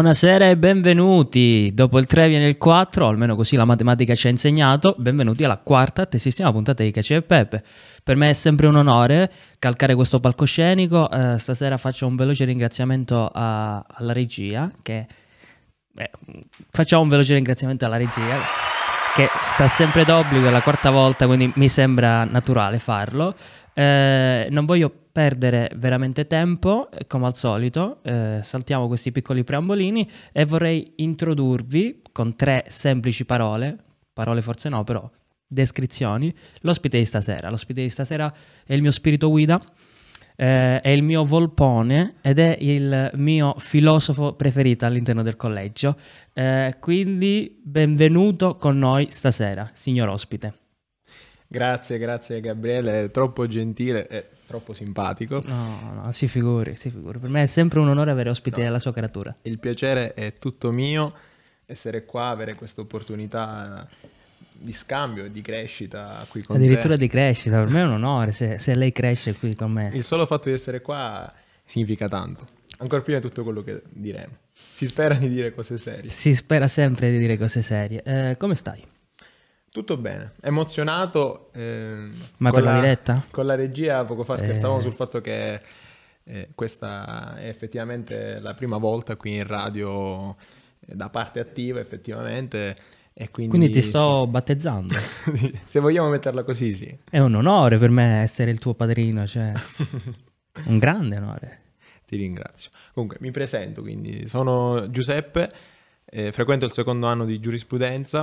Buonasera e benvenuti. Dopo il 3 viene il 4, almeno così la matematica ci ha insegnato. Benvenuti alla quarta, testissima puntata di Caci e Pepe. Per me è sempre un onore calcare questo palcoscenico. Stasera faccio un veloce ringraziamento alla regia, facciamo un veloce ringraziamento alla regia, che sta sempre d'obbligo, è la quarta volta, quindi mi sembra naturale farlo. Non voglio perdere veramente tempo, come al solito, saltiamo questi piccoli preambolini e vorrei introdurvi con 3 semplici parole forse no, però descrizioni, l'ospite di stasera. L'ospite di stasera è il mio spirito guida, è il mio volpone ed è il mio filosofo preferito all'interno del collegio, quindi benvenuto con noi stasera, signor ospite. Grazie Gabriele, è troppo gentile e troppo simpatico. No, si figuri. Per me è sempre un onore avere ospiti della sua creatura. Il piacere è tutto mio, essere qua, avere questa opportunità di scambio e di crescita qui con Addirittura te. di crescita, per me è un onore se lei cresce qui con me. Il solo fatto di essere qua significa tanto, ancora prima di tutto quello che diremo. Si spera di dire cose serie. Si spera sempre di dire cose serie. Come stai? Tutto bene, emozionato. Ma per la diretta? Con la regia poco fa scherzavamo sul fatto che questa è effettivamente la prima volta qui in radio da parte attiva effettivamente. E quindi ti sto battezzando. Se vogliamo metterla così, sì. È un onore per me essere il tuo padrino, cioè un grande onore. Ti ringrazio. Comunque mi presento, quindi sono Giuseppe, frequento il secondo anno di giurisprudenza.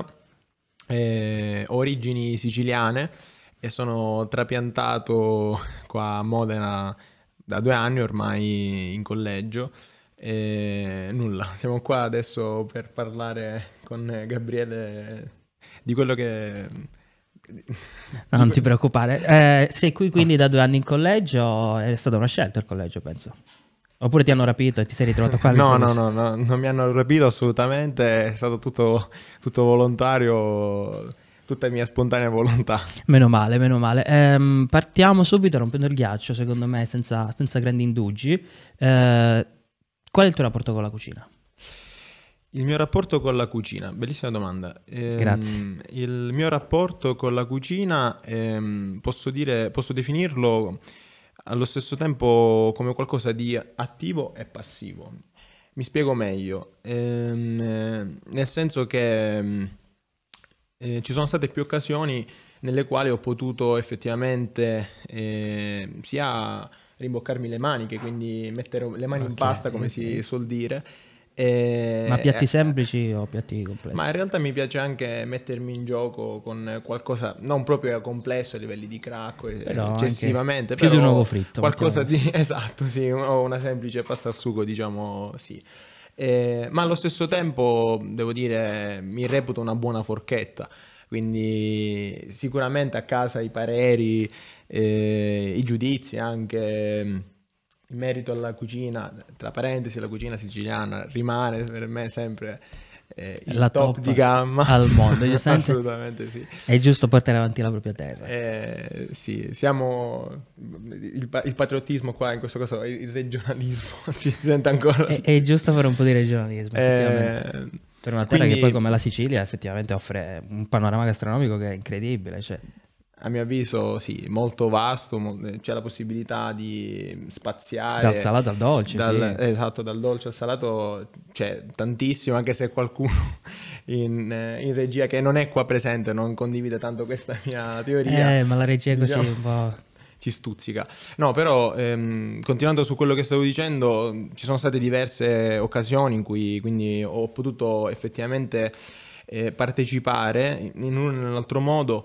Ho origini siciliane e sono trapiantato qua a Modena da 2 anni ormai in collegio. Nulla, siamo qua adesso per parlare con Gabriele di quello che... No, non ti preoccupare. Sei qui quindi da 2 anni in collegio, è stata una scelta il collegio, penso. Oppure ti hanno rapito e ti sei ritrovato qua? No, non mi hanno rapito assolutamente, è stato tutto volontario, tutta mia spontanea volontà. Meno male. Partiamo subito rompendo il ghiaccio, secondo me, senza grandi indugi. Qual è il tuo rapporto con la cucina? Il mio rapporto con la cucina, bellissima domanda. Grazie. Il mio rapporto con la cucina, posso definirlo allo stesso tempo come qualcosa di attivo e passivo. Mi spiego meglio, nel senso che ci sono state più occasioni nelle quali ho potuto effettivamente sia rimboccarmi le maniche, quindi mettere le mani in pasta, come si suol dire. Ma piatti semplici o piatti complessi? Ma in realtà mi piace anche mettermi in gioco con qualcosa non proprio complesso a livelli di cracco eccessivamente, più però di un uovo fritto, qualcosa di esatto, sì, o una semplice pasta al sugo, diciamo, sì. Ma allo stesso tempo devo dire mi reputo una buona forchetta, quindi sicuramente a casa i pareri, i giudizi anche in merito alla cucina, tra parentesi, la cucina siciliana rimane per me sempre il top di gamma al mondo. Assolutamente sì. È giusto portare avanti la propria terra. Sì, siamo il patriottismo qua in questo caso, il regionalismo si sente ancora. È giusto fare un po' di regionalismo, effettivamente. Per una terra che poi come la Sicilia effettivamente offre un panorama gastronomico che è incredibile, cioè. A mio avviso sì, molto vasto, c'è la possibilità di spaziare dal salato al dolce, sì. Esatto, dal dolce al salato c'è tantissimo, anche se qualcuno in regia che non è qua presente non condivide tanto questa mia teoria, ma la regia è così, diciamo, un po' ci stuzzica. No, però continuando su quello che stavo dicendo, ci sono state diverse occasioni in cui quindi ho potuto effettivamente partecipare in un o nell'altro modo,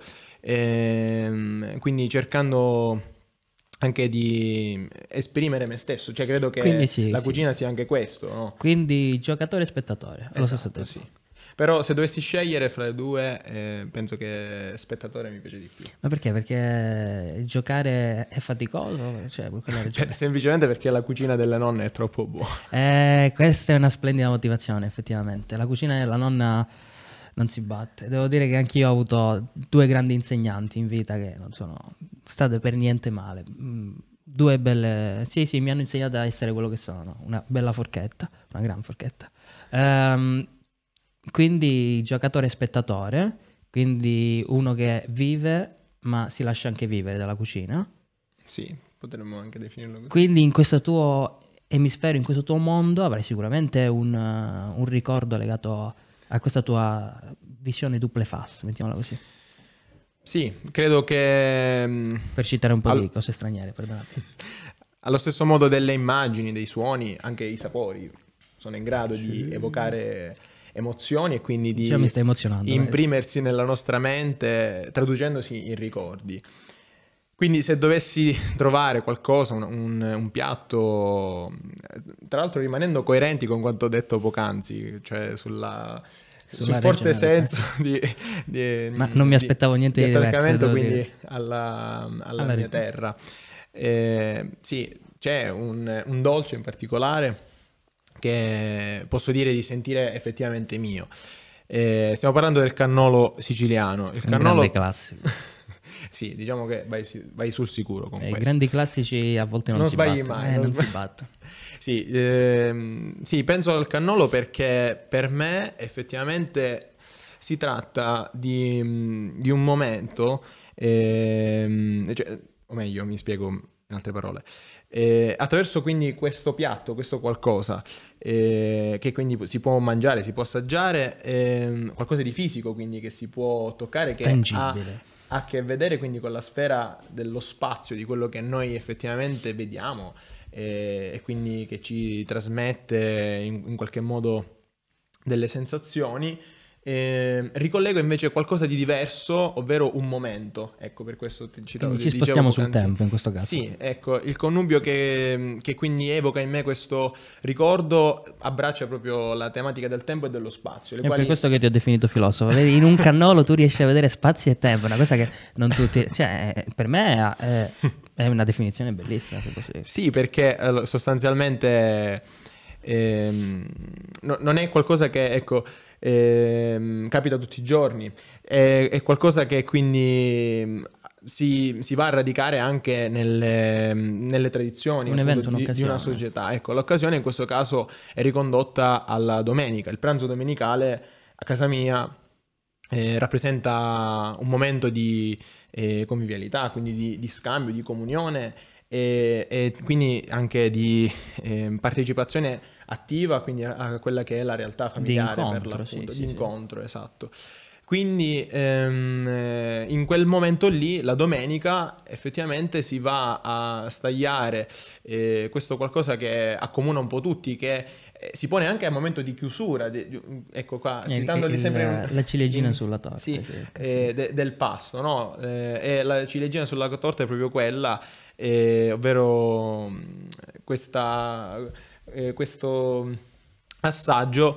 quindi cercando anche di esprimere me stesso, cioè credo che la cucina sia anche questo, no? Quindi giocatore e spettatore allo stesso tempo. Sì. Però se dovessi scegliere fra le due, penso che spettatore mi piace di più. Ma perché? Perché giocare è faticoso? Cioè, semplicemente perché la cucina delle nonne è troppo buona. Questa è una splendida motivazione, effettivamente. La cucina della nonna non si batte. Devo dire che anch'io ho avuto 2 grandi insegnanti in vita che non sono state per niente male. due belle... Sì, sì, mi hanno insegnato a essere quello che sono, una bella forchetta, una gran forchetta. Ehm, quindi giocatore e spettatore, quindi uno che vive ma si lascia anche vivere dalla cucina. Sì, potremmo anche definirlo così. Quindi in questo tuo emisfero, in questo tuo mondo, avrai sicuramente un ricordo legato a questa tua visione duple face, mettiamola così. Sì, credo che Per citare un po' di al- cose straniere, perdonate. allo stesso modo delle immagini, dei suoni, anche i sapori sono in grado di evocare emozioni e quindi Già mi di stai emozionando, vedi? imprimersi nella nostra mente, traducendosi in ricordi. Quindi se dovessi trovare qualcosa, un piatto, tra l'altro rimanendo coerenti con quanto detto poc'anzi, cioè sul Sulla forte regionalità, senso sì. Ma non mi di aspettavo niente di di diverso, attaccamento devo quindi dire. alla Alla mia regione. terra. Sì, c'è un dolce in particolare che posso dire di sentire effettivamente mio. Stiamo parlando del cannolo siciliano. Il Un grande cannolo, classico. sì, diciamo che vai sul sicuro con I questo. grandi classici a volte non Non si sbagli battono. mai. Non si battono. Sì, sì, penso al cannolo perché per me effettivamente si tratta di un momento, o meglio, mi spiego in altre parole. Attraverso quindi questo piatto, questo qualcosa che quindi si può mangiare, si può assaggiare, qualcosa di fisico quindi che si può toccare, che ha Tangibile. ha a che vedere quindi con la sfera dello spazio, di quello che noi effettivamente vediamo e quindi che ci trasmette in qualche modo delle sensazioni. Ricollego invece qualcosa di diverso, ovvero un momento. Ecco, per questo ti citavo, Quindi ci dicevo spostiamo sul poc'anzi. tempo in questo caso. Sì, ecco, il connubio che quindi evoca in me questo ricordo abbraccia proprio la tematica del tempo e dello spazio, le È per quali questo che ti ho definito filosofo. Vedi, in un cannolo tu riesci a vedere spazio e tempo, una cosa che non tutti... Cioè, per me è una definizione bellissima, se posso dire. sì, perché sostanzialmente non è qualcosa che, ecco, capita tutti i giorni, è qualcosa che quindi si va a radicare anche nelle tradizioni Un appunto evento, di una un'occasione. società. Ecco, l'occasione in questo caso è ricondotta alla domenica, il pranzo domenicale a casa mia rappresenta un momento di convivialità, quindi di scambio, di comunione e quindi anche di partecipazione attiva, quindi a quella che è la realtà Di familiare per incontro, sì, l'appunto, di sì, sì. incontro, esatto. Quindi in quel momento lì, la domenica, effettivamente si va a stagliare questo qualcosa che accomuna un po' tutti, che si pone anche al momento di chiusura, ecco qua, citandoli sempre La ciliegina in- sulla torta. sì, Circa, sì. del pasto, no? E la ciliegina sulla torta è proprio quella, ovvero questo assaggio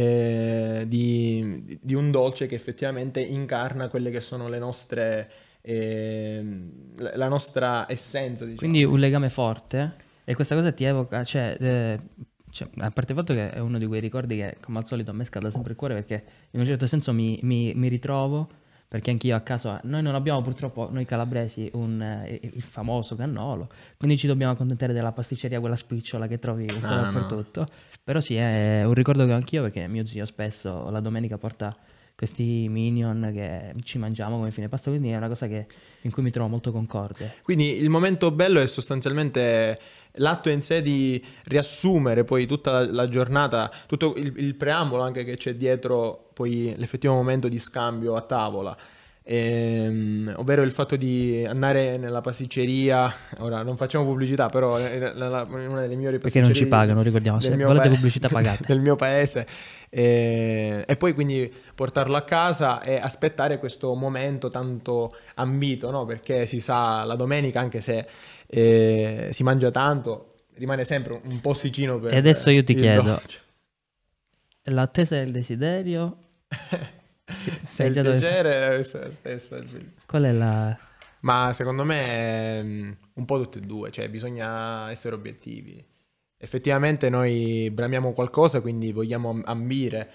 di un dolce che effettivamente incarna quelle che sono le nostre, la nostra essenza, Quindi diciamo. un legame forte e questa cosa ti evoca, cioè, a parte il fatto che è uno di quei ricordi che come al solito a me scalda sempre il cuore perché in un certo senso mi ritrovo, perché anch'io a casa, noi non abbiamo purtroppo, noi calabresi, il famoso cannolo, quindi ci dobbiamo accontentare della pasticceria, quella spicciola che trovi un po' Ah, no. dappertutto, però sì, è un ricordo che ho anch'io perché mio zio spesso la domenica porta questi minion che ci mangiamo come fine pasto, quindi è una cosa in cui mi trovo molto concorde. Quindi il momento bello è sostanzialmente l'atto in sé di riassumere poi tutta la giornata, tutto il preambolo anche che c'è dietro poi l'effettivo momento di scambio a tavola. Ovvero il fatto di andare nella pasticceria, ora non facciamo pubblicità, però è una delle migliori Perché non ci pasticcerie pagano, ricordiamo, del se mio, volete pubblicità pagate. del mio paese e poi quindi portarlo a casa e aspettare questo momento tanto ambito, no? Perché si sa, la domenica, anche se si mangia tanto, rimane sempre un posticino E adesso io per ti il chiedo, dolce. l'attesa del desiderio, E sai il già dove sta? piacere è stesso. Qual è la... Ma secondo me è un po' tutte e due, cioè bisogna essere obiettivi. Effettivamente noi bramiamo qualcosa, quindi vogliamo ambire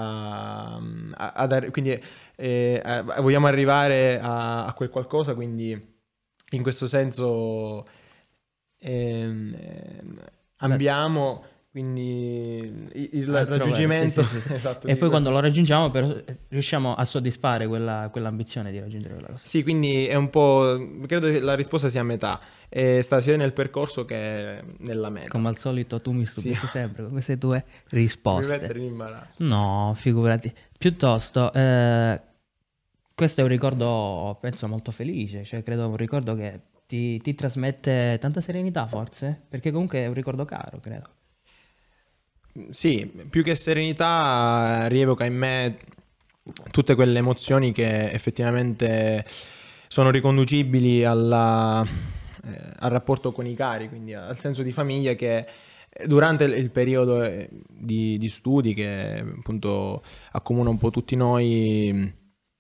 quindi vogliamo arrivare a quel qualcosa, quindi in questo senso ambiamo, quindi il a trovare, raggiungimento... sì, sì, sì. Esatto, E poi quando lo raggiungiamo però riusciamo a soddisfare quell'ambizione di raggiungere quella cosa. Sì, quindi è un po'... credo che la risposta sia a metà, sta sia nel percorso che nella meta. Come al solito tu mi stupisci sempre con queste tue Mi risposte. mettere in imbarazzo. No, figurati. Piuttosto, questo è un ricordo, penso, molto felice, cioè credo un ricordo che ti trasmette tanta serenità forse, perché comunque è un ricordo caro, credo. Sì, più che serenità rievoca in me tutte quelle emozioni che effettivamente sono riconducibili al rapporto con i cari, quindi al senso di famiglia che durante il periodo di studi che appunto accomuna un po' tutti noi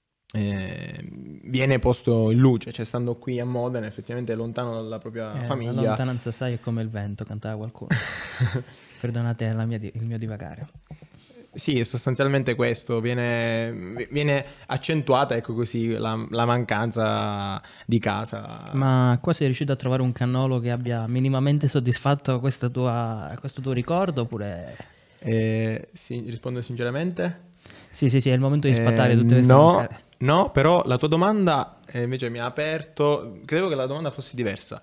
viene posto in luce, cioè stando qui a Modena effettivamente lontano dalla propria La famiglia. lontananza, sai, è come il vento, cantava qualcuno. Perdonate il mio divagare. Sì, sostanzialmente questo viene accentuata, ecco così, la mancanza di casa. Ma qua sei riuscito a trovare un cannolo che abbia minimamente soddisfatto questo tuo ricordo oppure... Sì, rispondo sinceramente. Sì, è il momento di sfatare tutte queste mancate. No, però la tua domanda invece mi ha aperto, credo che la domanda fosse diversa.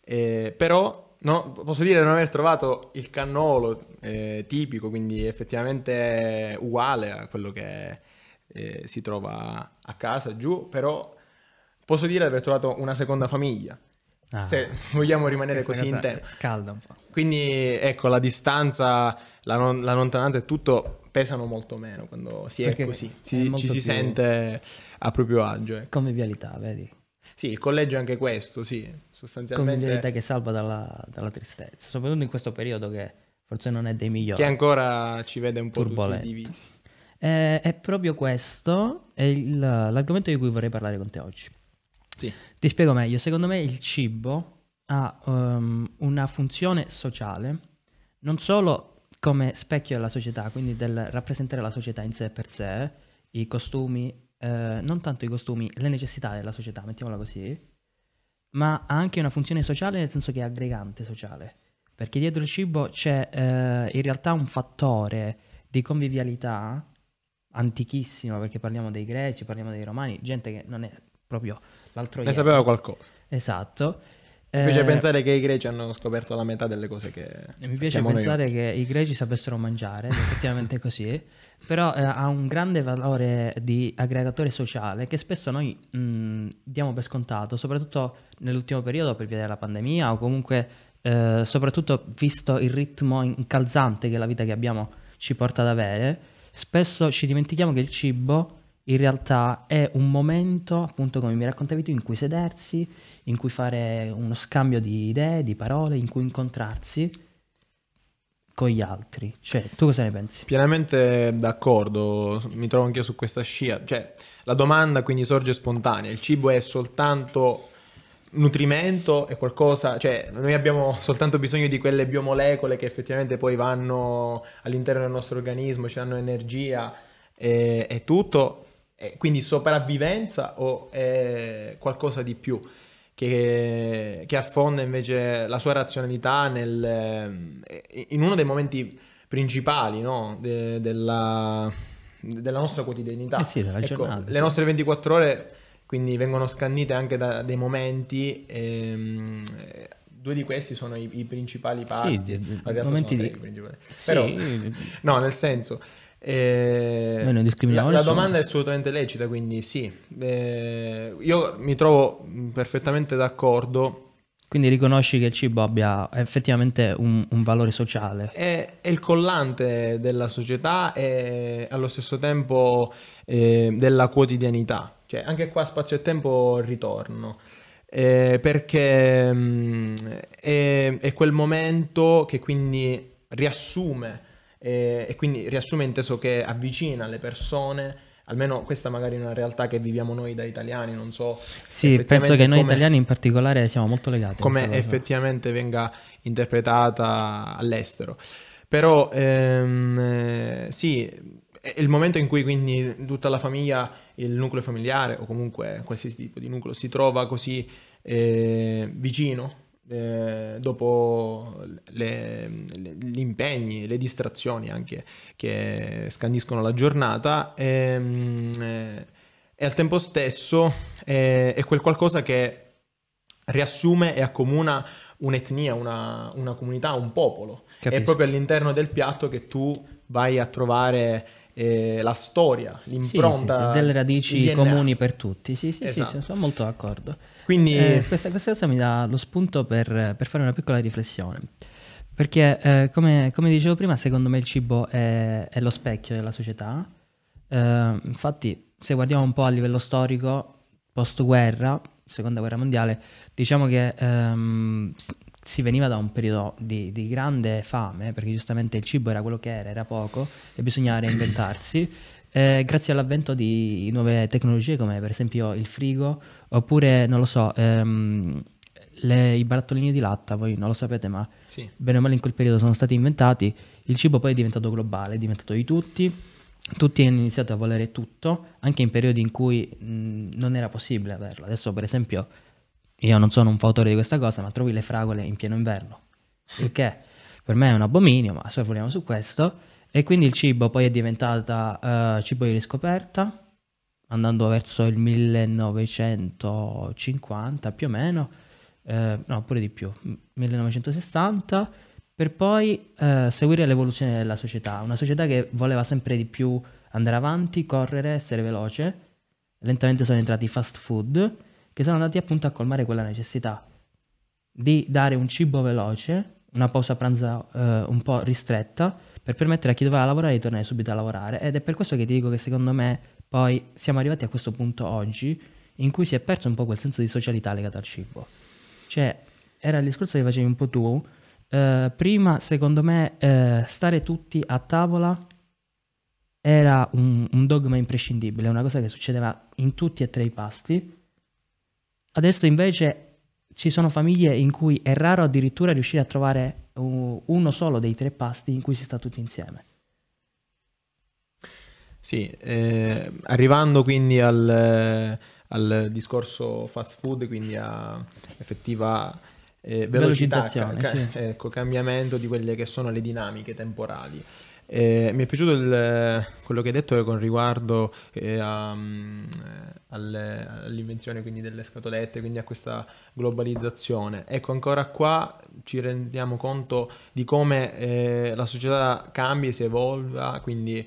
Però no, posso dire di non aver trovato il cannolo tipico, quindi effettivamente uguale a quello che si trova a casa giù, però posso dire di aver trovato una seconda famiglia, se vogliamo rimanere così in tema. Scalda un po'. Quindi ecco, la distanza, la lontananza e tutto pesano molto meno quando si Perché è così, è ci molto si più sente a proprio agio. Ecco. convivialità, vedi? Sì, il collegio è anche questo, sì, sostanzialmente, Convivialità che salva dalla tristezza, soprattutto in questo periodo che forse non è dei migliori. che ancora ci vede un po' tutti Turbolento. divisi. È proprio questo è l'argomento di cui vorrei parlare con te oggi. Sì. Ti spiego meglio. Secondo me il cibo ha una funzione sociale, non solo come specchio della società, quindi del rappresentare la società in sé per sé, i costumi, non tanto i costumi, le necessità della società, mettiamola così, ma ha anche una funzione sociale nel senso che è aggregante sociale, perché dietro il cibo c'è in realtà un fattore di convivialità antichissimo, perché parliamo dei greci, parliamo dei romani, gente che non è proprio l'altro Ne ieri. sapeva qualcosa. Esatto. Mi piace pensare che i greci hanno scoperto la metà delle cose che Mi piace sappiamo noi. pensare che i greci sapessero mangiare, ed effettivamente è così, però ha un grande valore di aggregatore sociale che spesso noi diamo per scontato, soprattutto nell'ultimo periodo per via della pandemia o comunque soprattutto visto il ritmo incalzante che la vita che abbiamo ci porta ad avere, spesso ci dimentichiamo che il cibo in realtà è un momento, appunto come mi raccontavi tu, in cui sedersi, in cui fare uno scambio di idee, di parole, in cui incontrarsi con gli altri. Cioè, tu cosa ne pensi? Pienamente d'accordo, mi trovo anch'io su questa scia. Cioè, la domanda quindi sorge spontanea. Il cibo è soltanto nutrimento, è qualcosa... Cioè, noi abbiamo soltanto bisogno di quelle biomolecole che effettivamente poi vanno all'interno del nostro organismo, ci danno energia e tutto. Quindi sopravvivenza o è qualcosa di più che affonda invece la sua razionalità in uno dei momenti principali, no? della nostra quotidianità. Sì, della Ecco, giornata. le nostre 24 ore quindi vengono scandite anche da dei momenti. Due di questi sono i principali pasti. In realtà momenti sono di... tre i principali. Sì, Però, no, nel senso... noi non discriminiamo la nessuno. domanda è assolutamente lecita, quindi sì. Io mi trovo perfettamente d'accordo. Quindi riconosci che il cibo abbia effettivamente un valore sociale. È il collante della società e allo stesso tempo della quotidianità. Cioè, anche qua spazio e tempo ritorno. Perché è quel momento che quindi riassume, e quindi riassume inteso che avvicina le persone, almeno questa magari è una realtà che viviamo noi da italiani, non so. Sì, penso che noi come- italiani in particolare siamo molto legati a come questa cosa. effettivamente venga interpretata all'estero. Però sì, è il momento in cui quindi tutta la famiglia, il nucleo familiare o comunque qualsiasi tipo di nucleo si trova così vicino, dopo gli impegni, le distrazioni anche che scandiscono la giornata, e al tempo stesso è quel qualcosa che riassume e accomuna un'etnia, una comunità, un popolo. È Capisco. proprio all'interno del piatto che tu vai a trovare la storia, Sì, sì, sì, l'impronta, delle il radici DNA. comuni per tutti. Sì, sì, sì, Esatto. sono molto d'accordo. Quindi Questa cosa mi dà lo spunto per fare una piccola riflessione. Perché, come dicevo prima, secondo me il cibo è lo specchio della società. Infatti, se guardiamo un po' a livello storico, post-guerra, seconda guerra mondiale, diciamo che si veniva da un periodo di grande fame, perché giustamente il cibo era quello che era poco e bisognava reinventarsi. Grazie all'avvento di nuove tecnologie come per esempio il frigo, oppure non lo so, i barattolini di latta, voi non lo sapete, ma sì. bene o male in quel periodo sono stati inventati. Il cibo poi è diventato globale, è diventato di tutti. Tutti hanno iniziato a volere tutto, anche in periodi in cui non era possibile averlo. Adesso, per esempio, io non sono un fautore di questa cosa, ma trovi le fragole in pieno inverno, il che per me è un abominio, ma sorvoliamo su questo. E quindi il cibo poi è diventata cibo di riscoperta, andando verso il 1950 più o meno, no, pure di più, 1960, per poi seguire l'evoluzione della società, una società che voleva sempre di più andare avanti, correre, essere veloce. Lentamente sono entrati i fast food, che sono andati appunto a colmare quella necessità di dare un cibo veloce, una pausa pranzo un po' ristretta, per permettere a chi doveva lavorare di tornare subito a lavorare. Ed è per questo che ti dico che secondo me poi siamo arrivati a questo punto oggi in cui si è perso un po' quel senso di socialità legato al cibo. Cioè, era il discorso che facevi un po' tu. Prima, secondo me, stare tutti a tavola era un dogma imprescindibile, una cosa che succedeva in tutti e tre i pasti. Adesso invece ci sono famiglie in cui è raro addirittura riuscire a trovare uno solo dei tre pasti in cui si sta tutti insieme. Sì, arrivando quindi al discorso fast food, quindi a effettiva velocità, Velocizzazione, sì. ecco, cambiamento di quelle che sono le dinamiche temporali. Mi è piaciuto quello che hai detto con riguardo all'invenzione quindi delle scatolette, quindi a questa globalizzazione. Ecco, ancora qua ci rendiamo conto di come la società cambia e si evolva, quindi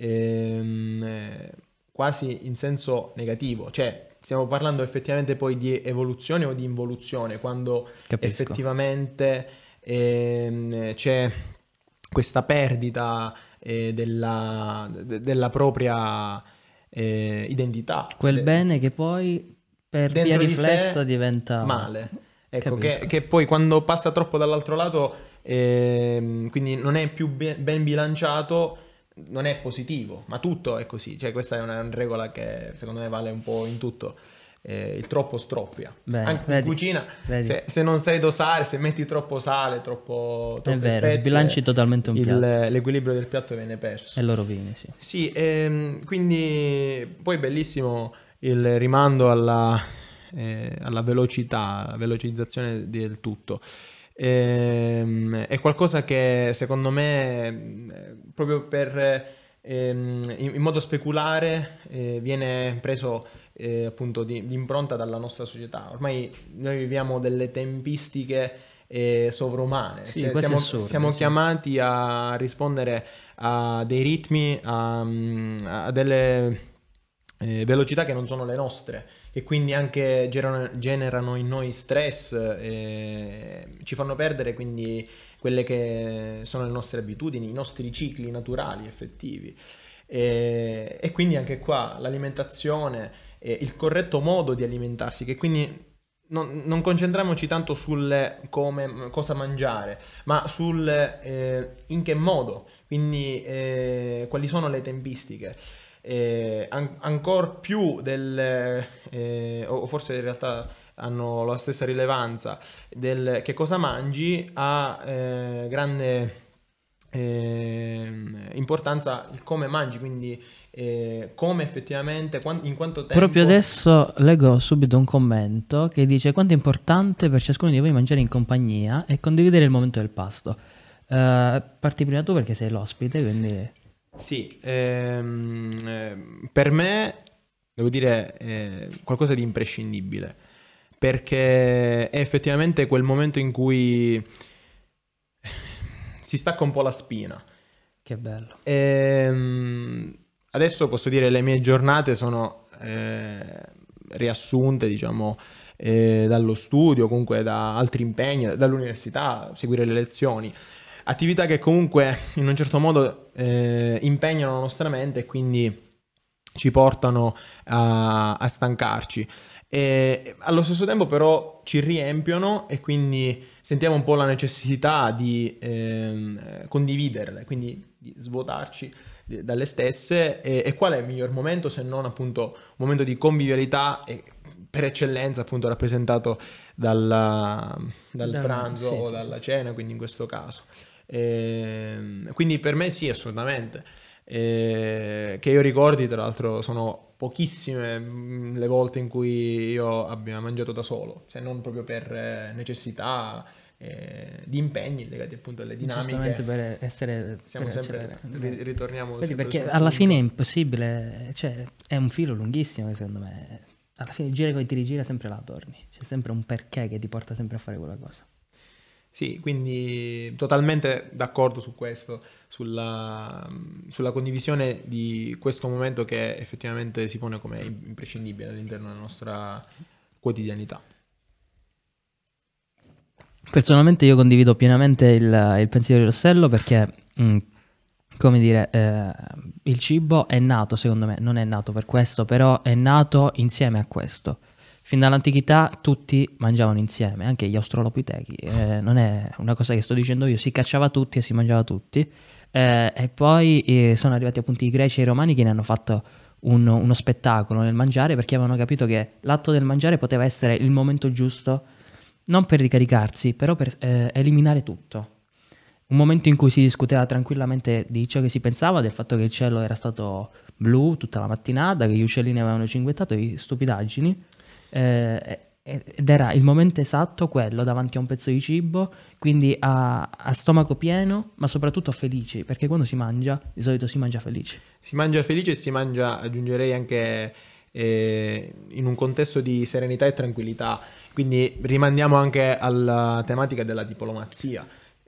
quasi in senso negativo, cioè stiamo parlando effettivamente poi di evoluzione o di involuzione, quando Capisco. effettivamente c'è questa perdita della propria identità. Quel bene che poi per via Dentro di riflessa sé diventa... male. Ecco, Capisco. che poi quando passa troppo dall'altro lato, quindi non è più ben bilanciato, non è positivo, ma tutto è così. Cioè, questa è una regola che secondo me vale un po' in tutto. Il troppo stroppia. Bene, Anche in vedi, cucina, vedi. se non sai dosare, se metti troppo sale, È troppe vero, spezie, sbilanci totalmente un piatto l'equilibrio del piatto viene perso. e lo rovini, sì. Sì, quindi poi bellissimo il rimando alla velocità, alla velocizzazione del tutto. È qualcosa che secondo me, proprio in modo speculare, viene preso appunto di impronta dalla nostra società. Ormai noi viviamo delle tempistiche sovrumane. Sì, quasi assurde, Siamo sì. chiamati a rispondere a dei ritmi, a delle velocità che non sono le nostre, e quindi anche generano in noi stress, ci fanno perdere quindi quelle che sono le nostre abitudini, i nostri cicli naturali, effettivi. E quindi anche qua l'alimentazione, il corretto modo di alimentarsi, che quindi non concentriamoci tanto sul cosa mangiare, ma sul in che modo, quindi quali sono le tempistiche. Ancora più o forse in realtà hanno la stessa rilevanza del che cosa mangi, ha grande importanza il come mangi, quindi come effettivamente, in quanto tempo... Proprio adesso leggo subito un commento che dice quanto è importante per ciascuno di voi mangiare in compagnia e condividere il momento del pasto. Parti prima tu perché sei l'ospite, quindi... Sì, per me devo dire qualcosa di imprescindibile, perché è effettivamente quel momento in cui si stacca un po' la spina. Che bello. Adesso posso dire le mie giornate sono riassunte, diciamo, dallo studio, comunque da altri impegni, dall'università, seguire le lezioni. Attività che comunque in un certo modo impegnano la nostra mente e quindi ci portano a stancarci. E allo stesso tempo però ci riempiono e quindi sentiamo un po' la necessità di condividerle, quindi di svuotarci dalle stesse. E qual è il miglior momento se non appunto un momento di convivialità e per eccellenza appunto rappresentato dal pranzo o dalla cena, quindi in questo caso. Quindi per me sì, assolutamente. Che io ricordi, tra l'altro, sono pochissime le volte in cui io abbia mangiato da solo, se non proprio per necessità di impegni legati appunto alle dinamiche. Giustamente per essere... Siamo sempre, ritorniamo Vedi, sempre perché sul alla punto. fine è impossibile, cioè è un filo lunghissimo secondo me. Alla fine gira e ti rigira sempre là torni, c'è sempre un perché che ti porta sempre a fare quella cosa. Sì, quindi totalmente d'accordo su questo, sulla condivisione di questo momento che effettivamente si pone come imprescindibile all'interno della nostra quotidianità. Personalmente io condivido pienamente il pensiero di Rossello perché, come dire, il cibo è nato, secondo me, non è nato per questo, però è nato insieme a questo. Fin dall'antichità tutti mangiavano insieme, anche gli australopitechi, non è una cosa che sto dicendo io, si cacciava tutti e si mangiava tutti. E poi sono arrivati appunto i greci e i romani che ne hanno fatto uno spettacolo nel mangiare perché avevano capito che l'atto del mangiare poteva essere il momento giusto, non per ricaricarsi, però per eliminare tutto. Un momento in cui si discuteva tranquillamente di ciò che si pensava, del fatto che il cielo era stato blu tutta la mattinata, che gli uccellini avevano cinguettato, di stupidaggini. Ed era il momento esatto quello, davanti a un pezzo di cibo, quindi a stomaco pieno, ma soprattutto felici, perché quando si mangia, di solito si mangia felici. Si mangia felice e si mangia, aggiungerei anche in un contesto di serenità e tranquillità, quindi rimandiamo anche alla tematica della diplomazia.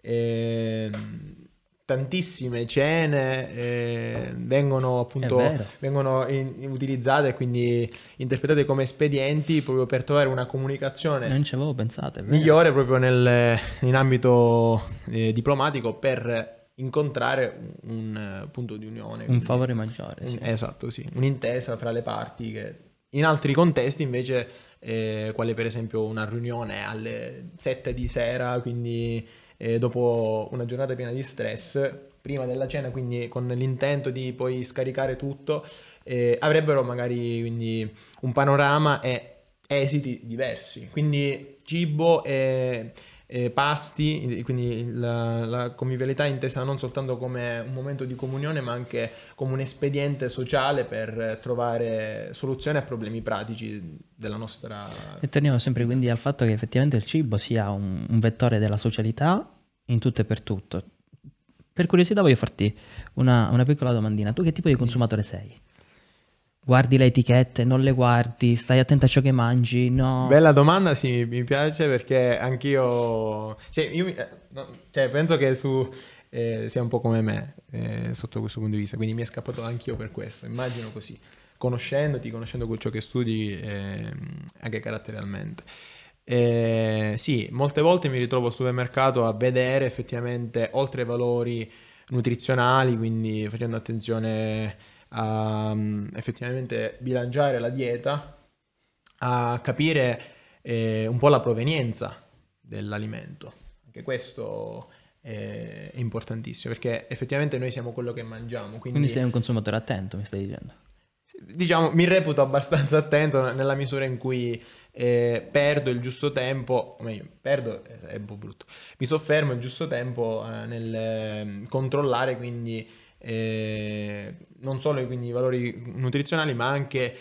Tantissime cene vengono appunto utilizzate e quindi interpretate come espedienti proprio per trovare una comunicazione Non ci avevo pensato, è vero. migliore proprio in ambito diplomatico per incontrare un punto di unione. Un favore maggiore. Sì. Esatto, sì, un'intesa fra le parti che in altri contesti invece, quale per esempio una riunione alle 7 di sera, quindi dopo una giornata piena di stress, prima della cena, quindi con l'intento di poi scaricare tutto, avrebbero magari quindi un panorama e esiti diversi. Quindi cibo e pasti, quindi la convivialità intesa non soltanto come un momento di comunione, ma anche come un espediente sociale per trovare soluzioni a problemi pratici della nostra... E torniamo sempre quindi al fatto che effettivamente il cibo sia un vettore della socialità in tutto e per tutto. Per curiosità voglio farti una piccola domandina. Tu che tipo di consumatore sei? Guardi le etichette, non le guardi, stai attento a ciò che mangi, no? Bella domanda, sì, mi piace perché anch'io... Sì, cioè, penso che tu sia un po' come me sotto questo punto di vista, quindi mi è scappato anch'io per questo, immagino così, conoscendo ciò che studi anche caratterialmente. Sì, molte volte mi ritrovo al supermercato a vedere effettivamente oltre ai valori nutrizionali, quindi facendo attenzione a effettivamente bilanciare la dieta, a capire un po' la provenienza dell'alimento. Anche questo è importantissimo perché effettivamente noi siamo quello che mangiamo. Quindi sei un consumatore attento, mi stai dicendo? Diciamo, mi reputo abbastanza attento nella misura in cui perdo il giusto tempo, o meglio, perdo è un po' brutto, mi soffermo il giusto tempo nel controllare quindi non solo quindi i valori nutrizionali, ma anche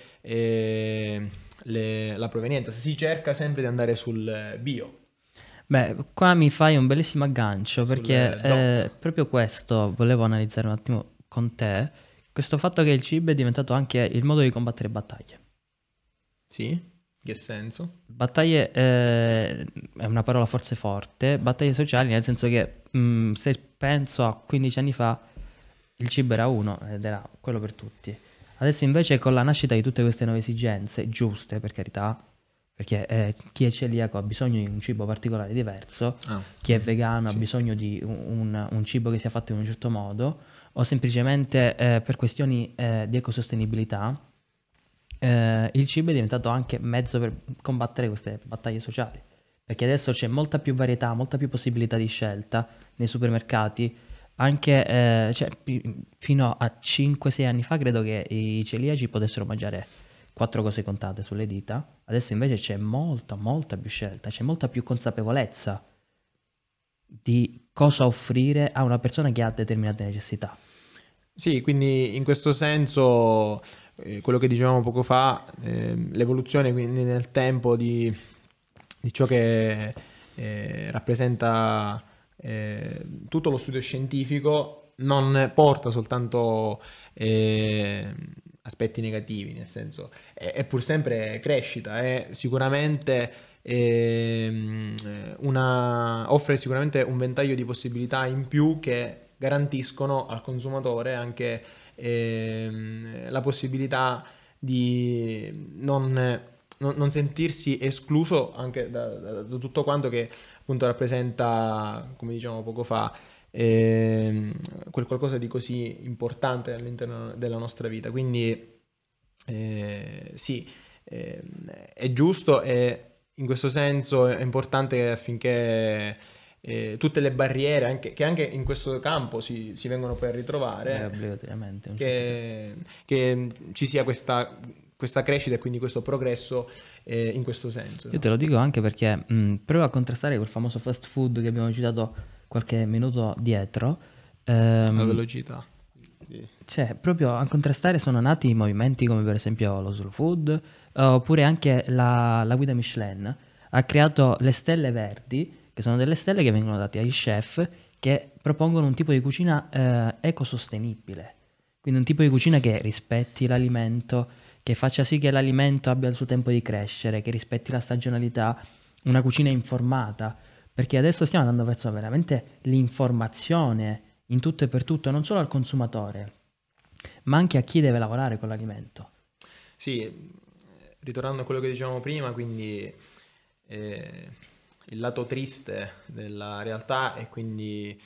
la provenienza. Si cerca sempre di andare sul bio. Beh, qua mi fai un bellissimo aggancio perché DOP. proprio questo volevo analizzare un attimo con te, questo fatto che il cibo è diventato anche il modo di combattere battaglie. Sì? In che senso? Battaglie è una parola forse forte, battaglie sociali nel senso che se penso a 15 anni fa il cibo era uno ed era quello per tutti. Adesso invece con la nascita di tutte queste nuove esigenze, giuste per carità, perché chi è celiaco ha bisogno di un cibo particolare diverso, chi è vegano ha Sì. bisogno di un cibo che sia fatto in un certo modo, o semplicemente per questioni di ecosostenibilità, il cibo è diventato anche mezzo per combattere queste battaglie sociali. Perché adesso c'è molta più varietà, molta più possibilità di scelta nei supermercati. Anche cioè, fino a 5-6 anni fa credo che i celiaci potessero mangiare 4 cose contate sulle dita. Adesso invece c'è molta, molta più scelta, c'è molta più consapevolezza di cosa offrire a una persona che ha determinate necessità. Sì, quindi in questo senso quello che dicevamo poco fa, l'evoluzione quindi nel tempo di ciò che rappresenta tutto lo studio scientifico non porta soltanto aspetti negativi, nel senso è pur sempre crescita, è sicuramente offre sicuramente un ventaglio di possibilità in più che garantiscono al consumatore anche la possibilità di non sentirsi escluso anche da tutto quanto che appunto rappresenta, come dicevamo poco fa, quel qualcosa di così importante all'interno della nostra vita. Quindi sì, è giusto e in questo senso è importante affinché tutte le barriere che anche in questo campo si vengono poi a ritrovare, Obbligatoriamente, in un certo senso. che ci sia questa crescita e quindi questo progresso in questo senso. Io te lo dico anche perché provo a contrastare quel famoso fast food che abbiamo citato qualche minuto dietro. La velocità. Cioè, proprio a contrastare sono nati movimenti come per esempio lo slow food, oppure anche la guida Michelin. Ha creato le stelle verdi, che sono delle stelle che vengono date agli chef che propongono un tipo di cucina ecosostenibile. Quindi un tipo di cucina che rispetti l'alimento, che faccia sì che l'alimento abbia il suo tempo di crescere, che rispetti la stagionalità, una cucina informata, perché adesso stiamo andando verso veramente l'informazione in tutto e per tutto, non solo al consumatore, ma anche a chi deve lavorare con l'alimento. Sì, ritornando a quello che dicevamo prima, quindi il lato triste della realtà è quindi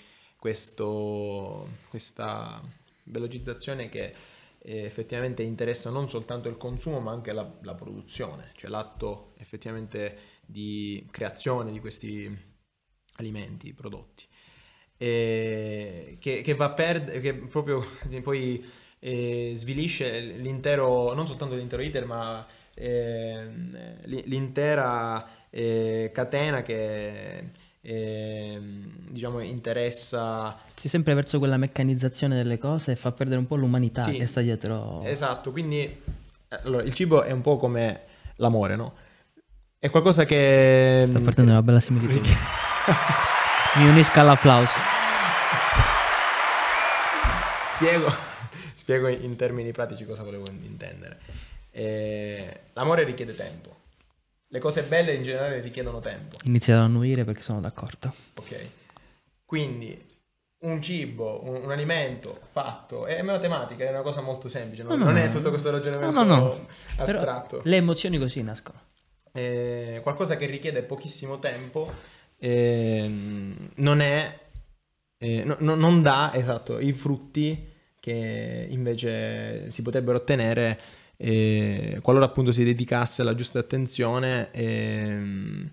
questa velocizzazione che effettivamente interessa non soltanto il consumo ma anche la produzione, cioè l'atto effettivamente di creazione di questi alimenti, prodotti, che va a perdere, che proprio poi svilisce l'intero, non soltanto l'intero iter, ma l'intera catena che diciamo interessa. Si sempre verso quella meccanizzazione delle cose e fa perdere un po' l'umanità che Sì, sta dietro. esatto, quindi allora, il cibo è un po' come l'amore, no? È qualcosa che Sta partendo una bella similitudine. Mi unisco all'applauso. Spiego in termini pratici cosa volevo intendere. L'amore richiede tempo. Le cose belle in generale richiedono tempo. Iniziano a annuire perché sono d'accordo. Ok? Quindi un cibo, un alimento fatto, è matematica, è una cosa molto semplice, No, non è tutto questo ragionamento no. astratto. Però le emozioni così nascono. Qualcosa che richiede pochissimo tempo non è non dà esatto i frutti che invece si potrebbero ottenere qualora appunto si dedicasse la giusta attenzione e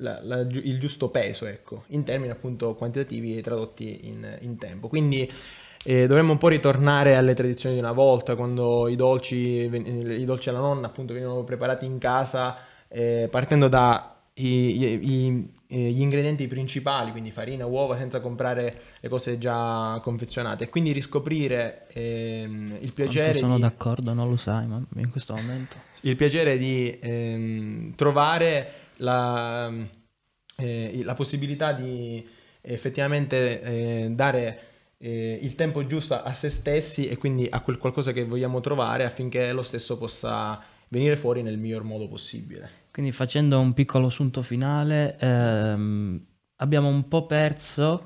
il giusto peso, ecco, in termini appunto quantitativi tradotti in tempo. Quindi dovremmo un po' ritornare alle tradizioni di una volta, quando i dolci alla nonna appunto venivano preparati in casa, partendo da gli ingredienti principali, quindi farina, uova, senza comprare le cose già confezionate, e quindi riscoprire il piacere sono d'accordo, non lo sai, ma in questo momento il piacere di trovare la possibilità di effettivamente dare il tempo giusto a se stessi e quindi a quel qualcosa che vogliamo trovare, affinché lo stesso possa venire fuori nel miglior modo possibile. Quindi, facendo un piccolo sunto finale, abbiamo un po' perso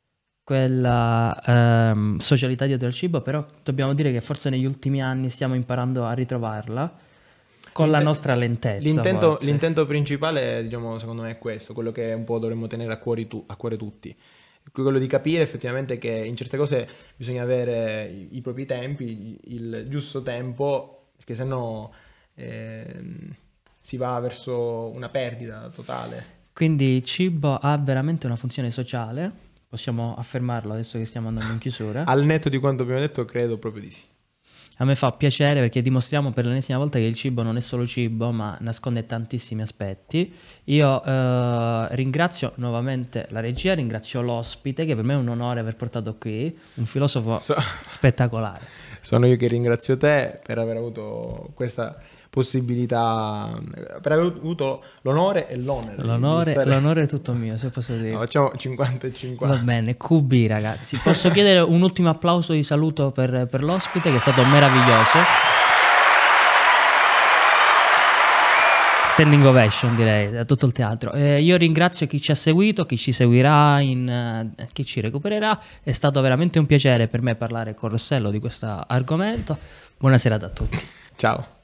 quella socialità dietro al cibo, però dobbiamo dire che forse negli ultimi anni stiamo imparando a ritrovarla con la nostra lentezza. L'intento principale, diciamo, secondo me è questo, quello che un po' dovremmo tenere a cuore tutti. Quello di capire effettivamente che in certe cose bisogna avere i propri tempi, il giusto tempo, perché sennò si va verso una perdita totale. Quindi il cibo ha veramente una funzione sociale, possiamo affermarlo adesso che stiamo andando in chiusura. Al netto di quanto abbiamo detto, credo proprio di sì. A me fa piacere perché dimostriamo per l'ennesima volta che il cibo non è solo cibo, ma nasconde tantissimi aspetti. Io ringrazio nuovamente la regia, ringrazio l'ospite, che per me è un onore aver portato qui, un filosofo spettacolare. Sono io che ringrazio te per aver avuto questa possibilità, per aver avuto l'onore e l'onere. L'onore è tutto mio, se posso dire. No, facciamo 50 e 50. Va bene, QB ragazzi. Posso chiedere un ultimo applauso di saluto per l'ospite, che è stato meraviglioso. Standing ovation, direi, da tutto il teatro. Io ringrazio chi ci ha seguito, chi ci seguirà, chi ci recupererà. È stato veramente un piacere per me parlare con Rossello di questo argomento. Buonasera a tutti. Ciao.